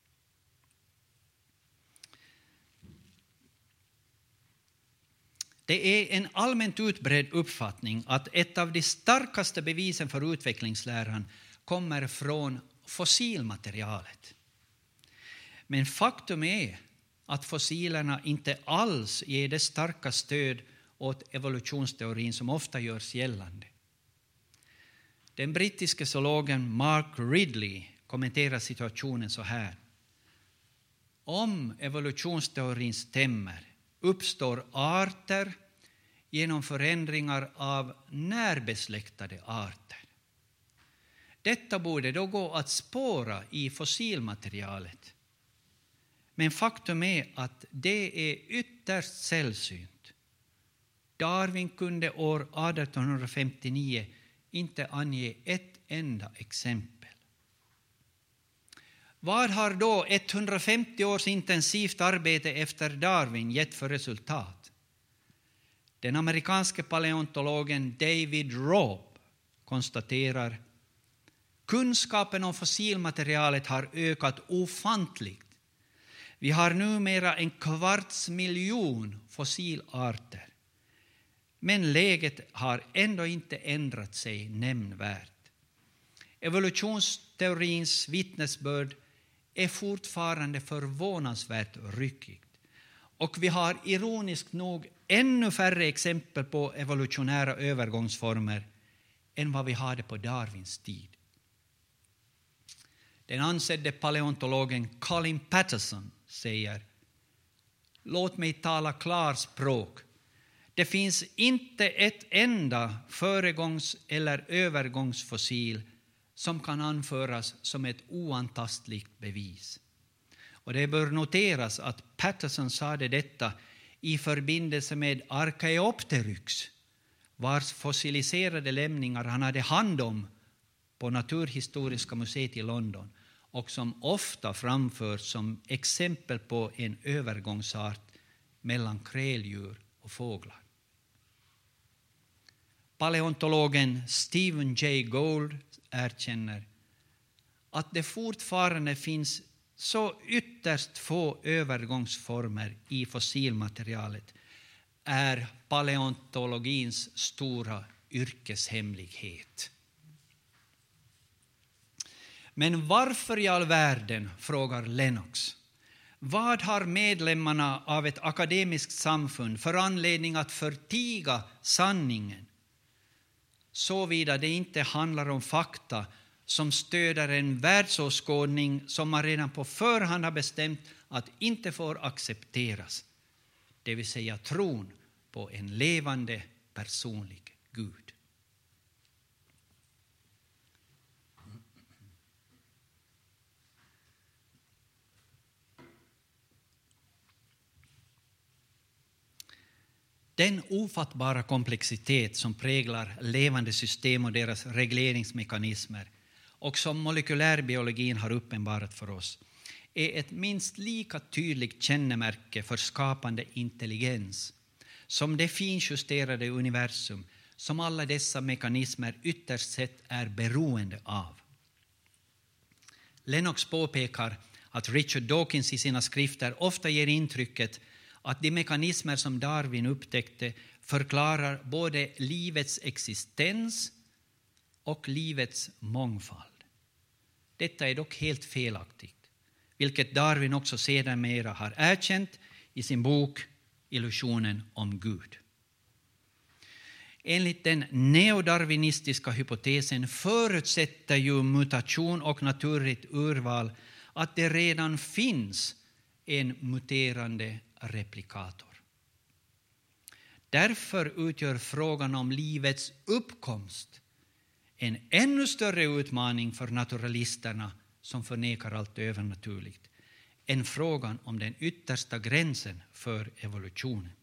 Det är en allmänt utbredd uppfattning att ett av de starkaste bevisen för utvecklingsläran kommer från fossilmaterialet. Men faktum är att fossilerna inte alls ger det starka stöd åt evolutionsteorin som ofta görs gällande. Den brittiske zoologen Mark Ridley kommenterar situationen så här. Om evolutionsteorin stämmer uppstår arter genom förändringar av närbesläktade arter. Detta borde då gå att spåra i fossilmaterialet. Men faktum är att det är ytterst sällsynt. Darwin kunde år arton femtionio inte ange ett enda exempel. Vad har då etthundrafemtio års intensivt arbete efter Darwin gett för resultat? Den amerikanske paleontologen David Robb konstaterar: kunskapen om fossilmaterialet har ökat ofantligt Vi har numera en kvarts miljon fossilarter. Men läget har ändå inte ändrat sig nämnvärt. Evolutionsteorins vittnesbörd är fortfarande förvånansvärt ryckigt. Och vi har ironiskt nog ännu färre exempel på evolutionära övergångsformer än vad vi hade på Darwins tid. Den ansedde paleontologen Colin Patterson säger: låt mig tala klarspråk. Det finns inte ett enda föregångs- eller övergångsfossil som kan anföras som ett oantastligt bevis. Och det bör noteras att Patterson sade detta i förbindelse med Archaeopteryx, vars fossiliserade lämningar han hade hand om på Naturhistoriska museet i London och som ofta framförs som exempel på en övergångsart mellan kräldjur och fåglar. Paleontologen Stephen Jay Gould erkänner att det fortfarande finns så ytterst få övergångsformer i fossilmaterialet är paleontologins stora yrkeshemlighet. Men varför i all världen, frågar Lennox, vad har medlemmarna av ett akademiskt samfund för anledning att förtiga sanningen, såvida det inte handlar om fakta som stöder en världsåskådning som man redan på förhand har bestämt att inte får accepteras, det vill säga tron på en levande personlig Gud. Den ofattbara komplexitet som präglar levande system och deras regleringsmekanismer och som molekylärbiologin har uppenbarat för oss är ett minst lika tydligt kännemärke för skapande intelligens som det finjusterade universum som alla dessa mekanismer ytterst sett är beroende av. Lennox påpekar att Richard Dawkins i sina skrifter ofta ger intrycket att de mekanismer som Darwin upptäckte förklarar både livets existens och livets mångfald. Detta är dock helt felaktigt, vilket Darwin också sedermera har erkänt i sin bok Illusionen om Gud. Enligt den neodarwinistiska hypotesen förutsätter ju mutation och naturligt urval att det redan finns en muterande replikator. Därför utgör frågan om livets uppkomst en ännu större utmaning för naturalisterna som förnekar allt övernaturligt än frågan om den yttersta gränsen för evolutionen.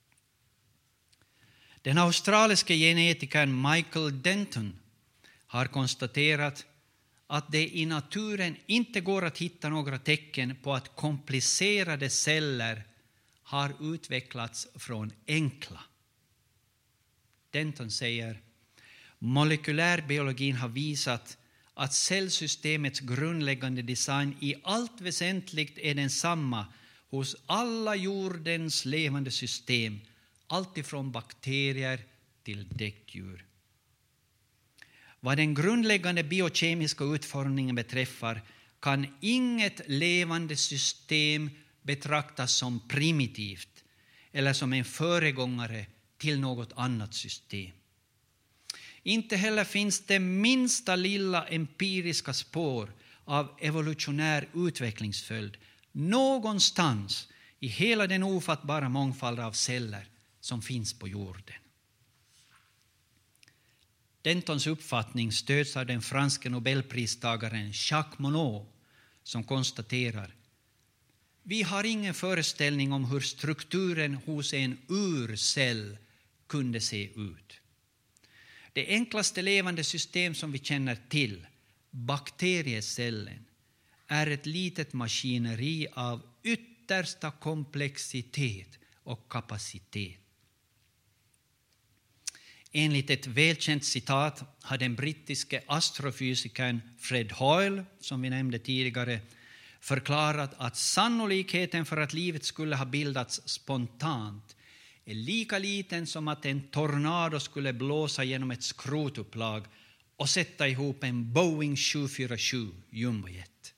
Den australiske genetikern Michael Denton har konstaterat att det i naturen inte går att hitta några tecken på att komplicerade celler har utvecklats från enkla. Denton säger: molekylärbiologin har visat att cellsystemets grundläggande design i allt väsentligt är densamma hos alla jordens levande system, alltifrån bakterier till däggdjur. Vad den grundläggande biokemiska utformningen beträffar kan inget levande system betraktas som primitivt eller som en föregångare till något annat system. Inte heller finns det minsta lilla empiriska spår av evolutionär utvecklingsföljd någonstans i hela den ofattbara mångfald av celler som finns på jorden. Dentons uppfattning stöds av den franske nobelpristagaren Jacques Monod som konstaterar: vi har ingen föreställning om hur strukturen hos en urcell kunde se ut. Det enklaste levande system som vi känner till, bakteriecellen, är ett litet maskineri av yttersta komplexitet och kapacitet. Enligt ett välkänt citat har den brittiske astrofysikern Fred Hoyle, som vi nämnde tidigare, förklarat att sannolikheten för att livet skulle ha bildats spontant är lika liten som att en tornado skulle blåsa genom ett skrotupplag och sätta ihop en Boeing sju fyra sju jumbojet.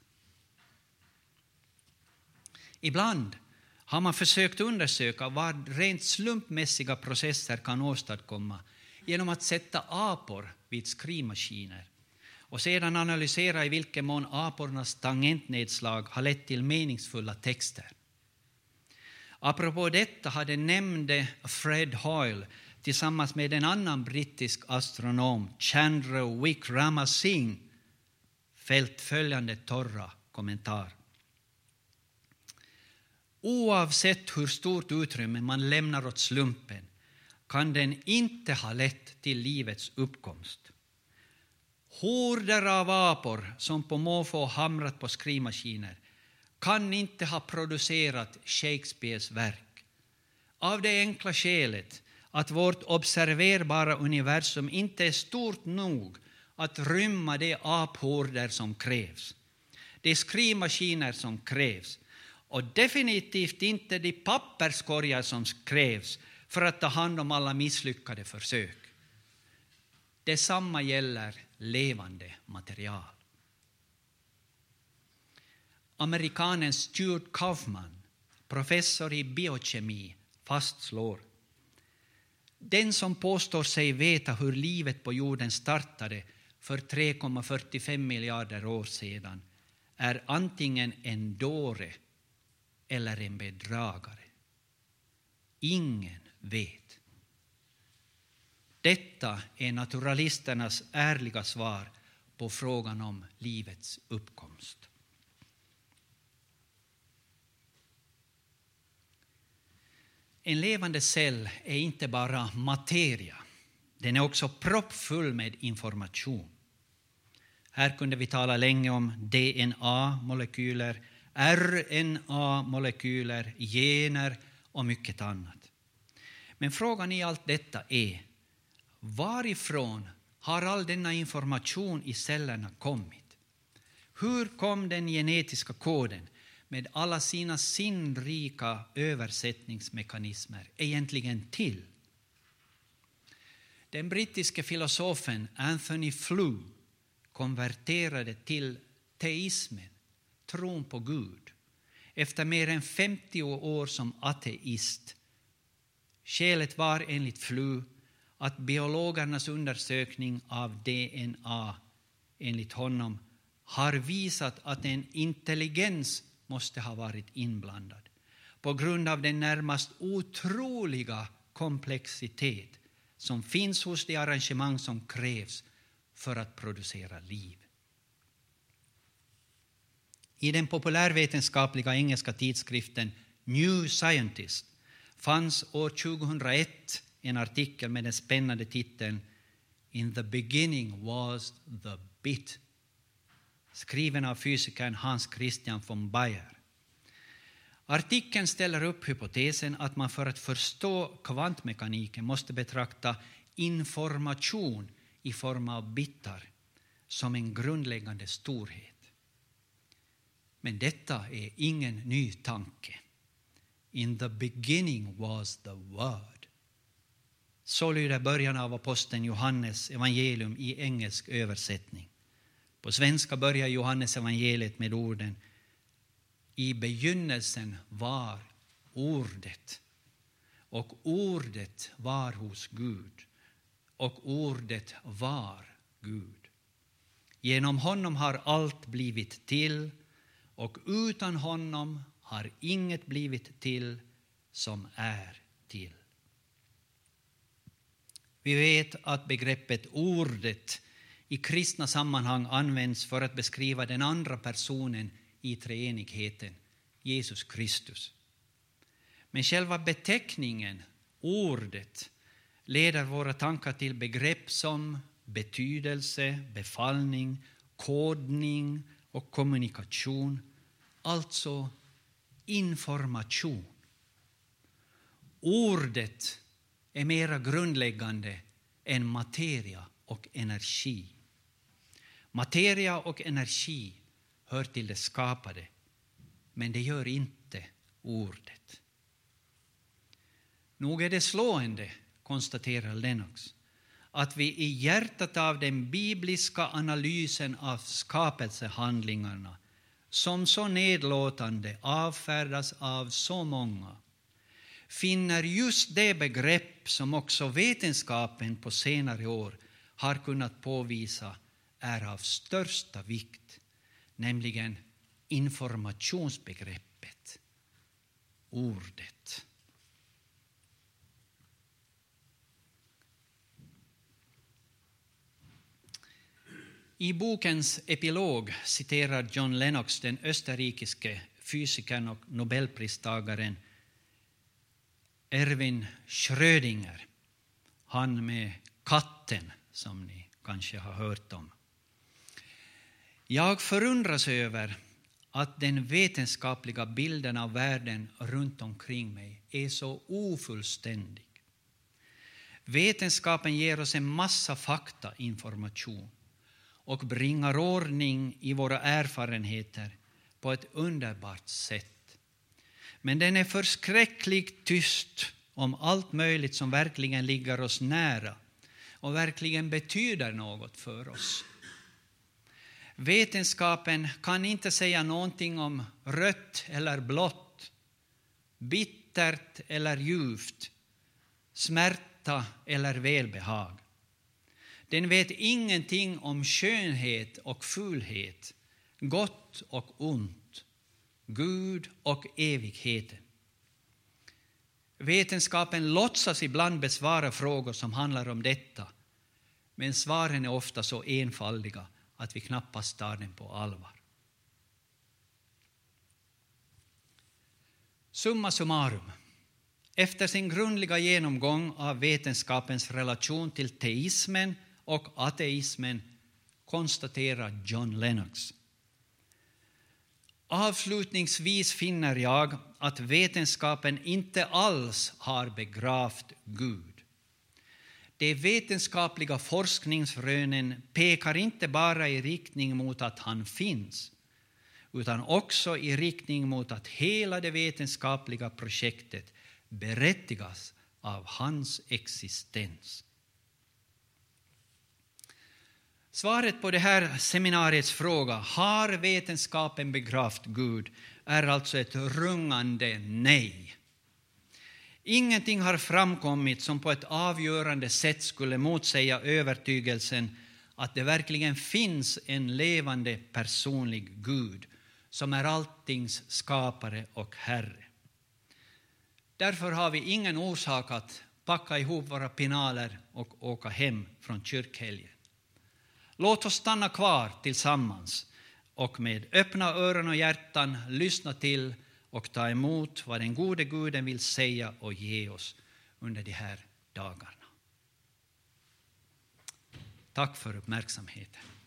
Ibland har man försökt undersöka vad rent slumpmässiga processer kan åstadkomma genom att sätta apor vid skrivmaskiner och sedan analysera i vilken mån apornas tangentnedslag har lett till meningsfulla texter. Apropå detta hade nämnde Fred Hoyle tillsammans med en annan brittisk astronom, Chandra Wickramasinghe, fällt följande torra kommentar. Oavsett hur stort utrymme man lämnar åt slumpen kan den inte ha lett till livets uppkomst. Horder av apor som på måfå hamrat på skrivmaskiner kan inte ha producerat Shakespeares verk. Av det enkla skälet att vårt observerbara universum inte är stort nog att rymma de aphorder som krävs, de skrivmaskiner som krävs och definitivt inte de papperskorgar som krävs för att ta hand om alla misslyckade försök. Detsamma gäller levande material. Amerikanen Stuart Kaufman, professor i biokemi, fastslår: den som påstår sig veta hur livet på jorden startade för tre komma fyrtiofem miljarder år sedan är antingen en dåre eller en bedragare. Ingen vet. Detta är naturalisternas ärliga svar på frågan om livets uppkomst. En levande cell är inte bara materia. Den är också proppfull med information. Här kunde vi tala länge om D N A-molekyler, R N A-molekyler, gener och mycket annat. Men frågan i allt detta är: varifrån har all denna information i cellerna kommit? Hur kom den genetiska koden med alla sina sinnrika översättningsmekanismer egentligen till? Den brittiske filosofen Anthony Flew konverterade till teismen, tron på Gud, efter mer än femtio år som ateist. Skälet var enligt Flew att biologernas undersökning av D N A enligt honom har visat att en intelligens måste ha varit inblandad på grund av den närmast otroliga komplexitet som finns hos de arrangemang som krävs för att producera liv. I den populärvetenskapliga engelska tidskriften New Scientist fanns år tjugohundraett en artikel med den spännande titeln In the beginning was the bit, skriven av fysikern Hans Christian von Baer. Artikeln ställer upp hypotesen att man för att förstå kvantmekaniken måste betrakta information i form av bitar som en grundläggande storhet. Men detta är ingen ny tanke. In the beginning was the word. Så lyder början av aposteln Johannes evangelium i engelsk översättning. På svenska börjar Johannes evangeliet med orden: i begynnelsen var ordet, och ordet var hos Gud, och ordet var Gud. Genom honom har allt blivit till, och utan honom har inget blivit till som är till. Vi vet att begreppet ordet i kristna sammanhang används för att beskriva den andra personen i treenigheten, Jesus Kristus. Men själva beteckningen, ordet, leder våra tankar till begrepp som betydelse, befallning, kodning och kommunikation, alltså information. Ordet är mera grundläggande än materia och energi. Materia och energi hör till det skapade, men det gör inte ordet. Nog är det slående, konstaterar Lennox, att vi i hjärtat av den bibliska analysen av skapelsehandlingarna, som så nedlåtande avfärdas av så många, finner just det begrepp som också vetenskapen på senare år har kunnat påvisa är av största vikt, nämligen informationsbegreppet, ordet. I bokens epilog citerar John Lennox den österrikiske fysikern och nobelpristagaren Erwin Schrödinger, han med katten som ni kanske har hört om. Jag förundras över att den vetenskapliga bilden av världen runt omkring mig är så ofullständig. Vetenskapen ger oss en massa faktainformation och bringar ordning i våra erfarenheter på ett underbart sätt. Men den är förskräckligt tyst om allt möjligt som verkligen ligger oss nära och verkligen betyder något för oss. Vetenskapen kan inte säga någonting om rött eller blått, bittert eller ljuvt, smärta eller välbehag. Den vet ingenting om skönhet och fulhet, gott och ont, Gud och evigheten. Vetenskapen låtsas ibland besvara frågor som handlar om detta, men svaren är ofta så enfaldiga att vi knappast tar den på allvar. Summa summarum. Efter sin grundliga genomgång av vetenskapens relation till teismen och ateismen konstaterar John Lennox: avslutningsvis finner jag att vetenskapen inte alls har begravt Gud. De vetenskapliga forskningsrönen pekar inte bara i riktning mot att han finns, utan också i riktning mot att hela det vetenskapliga projektet berättigas av hans existens. Svaret på det här seminariets fråga, har vetenskapen begravt Gud, är alltså ett rungande nej. Ingenting har framkommit som på ett avgörande sätt skulle motsäga övertygelsen att det verkligen finns en levande personlig Gud som är alltings skapare och herre. Därför har vi ingen orsak att packa ihop våra pinaler och åka hem från kyrkhelgen. Låt oss stanna kvar tillsammans och med öppna öron och hjärtan lyssna till och ta emot vad den gode Guden vill säga och ge oss under de här dagarna. Tack för uppmärksamheten.